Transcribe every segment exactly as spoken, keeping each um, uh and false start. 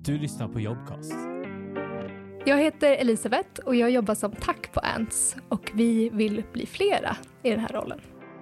Du lyssnar på Jobcast. Jag heter Elisabeth och jag jobbar som tack på Ants och vi vill bli flera i den här rollen.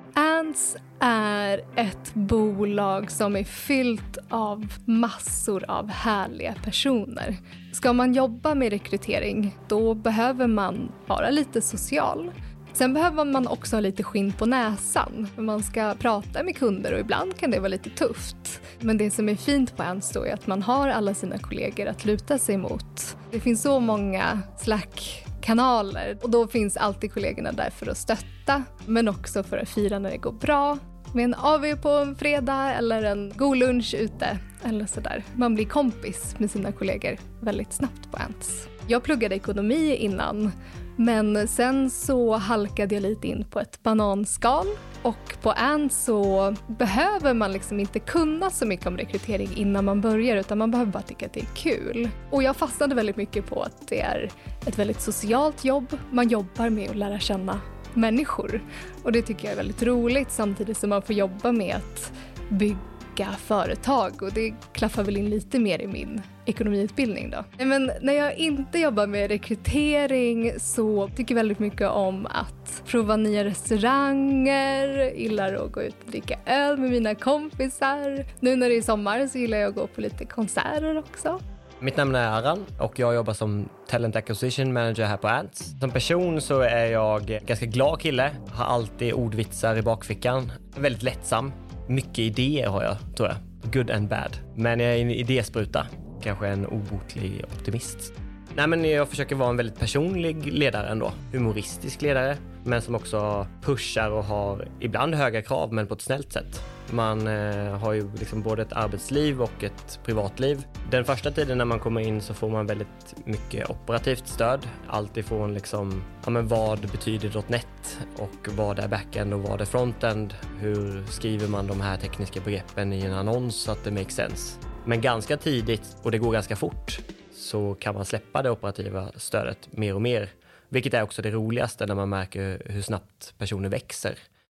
Ants är ett bolag som är fyllt av massor av härliga personer. Ska man jobba med rekrytering, då behöver man vara lite social. Sen behöver man också ha lite skinn på näsan. Man ska prata med kunder och ibland kan det vara lite tufft. Men det som är fint på Ants då är att man har alla sina kollegor att luta sig mot. Det finns så många Slack-kanaler och då finns alltid kollegorna där för att stötta. Men också för att fira när det går bra. Med en A V på en fredag eller en god lunch ute eller sådär. Man blir kompis med sina kollegor väldigt snabbt på Ants. Jag pluggade ekonomi innan. Men sen så halkade jag lite in på ett bananskal och på Ants så behöver man liksom inte kunna så mycket om rekrytering innan man börjar utan man behöver bara tycka att det är kul. Och jag fastnade väldigt mycket på att det är ett väldigt socialt jobb. Man jobbar med att lära känna människor och det tycker jag är väldigt roligt samtidigt som man får jobba med att bygga företag och det klaffar väl in lite mer i min ekonomiutbildning då. Men när jag inte jobbar med rekrytering så tycker jag väldigt mycket om att prova nya restauranger, gillar att gå ut och dricka öl med mina kompisar. Nu när det är sommar så gillar jag att gå på lite konserter också. Mitt namn är Aran och jag jobbar som Talent Acquisition Manager här på Ants. Som person så är jag ganska glad kille, har alltid ordvitsar i bakfickan, väldigt lättsam. Mycket idéer har jag, tror jag. Good and bad. Men jag är en idéspruta. Kanske en obotlig optimist. Nej, men jag försöker vara en väldigt personlig ledare ändå. Humoristisk ledare. Men som också pushar och har ibland höga krav men på ett snällt sätt. Man eh, har ju liksom både ett arbetsliv och ett privatliv. Den första tiden när man kommer in så får man väldigt mycket operativt stöd. Allt ifrån liksom, ja, men vad betyder .net och vad är backend och vad är frontend. Hur skriver man de här tekniska begreppen i en annons så att det makes sense. Men ganska tidigt, och det går ganska fort, så kan man släppa det operativa stödet mer och mer. Vilket är också det roligaste när man märker hur snabbt personer växer.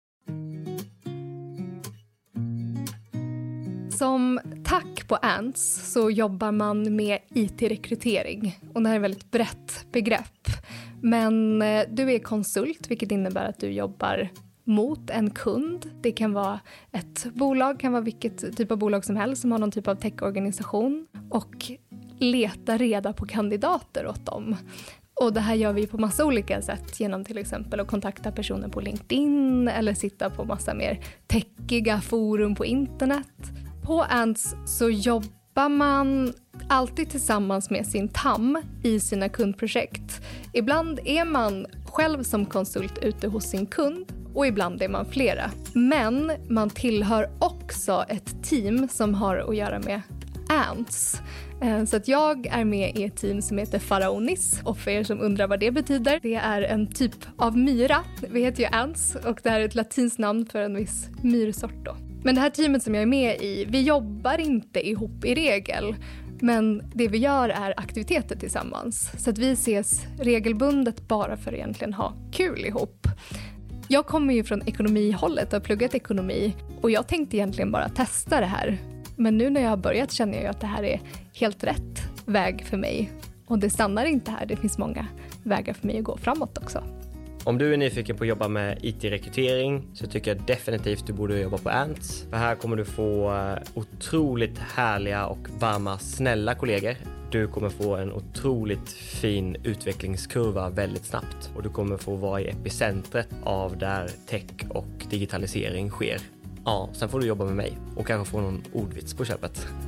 Som tack på Ants så jobbar man med I T-rekrytering. Och det här är ett väldigt brett begrepp. Men du är konsult, vilket innebär att du jobbar mot en kund. Det kan vara ett bolag, kan vara vilket typ av bolag som helst som har någon typ av techorganisation. Och leta reda på kandidater åt dem. Och det här gör vi på massa olika sätt genom till exempel att kontakta personer på LinkedIn eller sitta på massa mer techiga forum på internet. På Ants så jobbar man alltid tillsammans med sin T A M i sina kundprojekt. Ibland är man själv som konsult ute hos sin kund och ibland är man flera. Men man tillhör också ett team som har att göra med Ants. Så att jag är med i ett team som heter Faraonis. Och för er som undrar vad det betyder, det är en typ av myra. Vi heter ju Ants och det här är ett latinskt namn för en viss myrsort då. Men det här teamet som jag är med i, vi jobbar inte ihop i regel. Men det vi gör är aktiviteter tillsammans. Så att vi ses regelbundet bara för att egentligen ha kul ihop. Jag kommer ju från ekonomihållet och har pluggat ekonomi. Och jag tänkte egentligen bara testa det här. Men nu när jag har börjat känner jag att det här är helt rätt väg för mig. Och det stannar inte här, det finns många vägar för mig att gå framåt också. Om du är nyfiken på att jobba med I T-rekrytering så tycker jag definitivt du borde jobba på Ants. För här kommer du få otroligt härliga och varma, snälla kollegor. Du kommer få en otroligt fin utvecklingskurva väldigt snabbt. Och du kommer få vara i epicentret av där tech och digitalisering sker. Ja, sen får du jobba med mig och kanske få någon ordvits på köpet.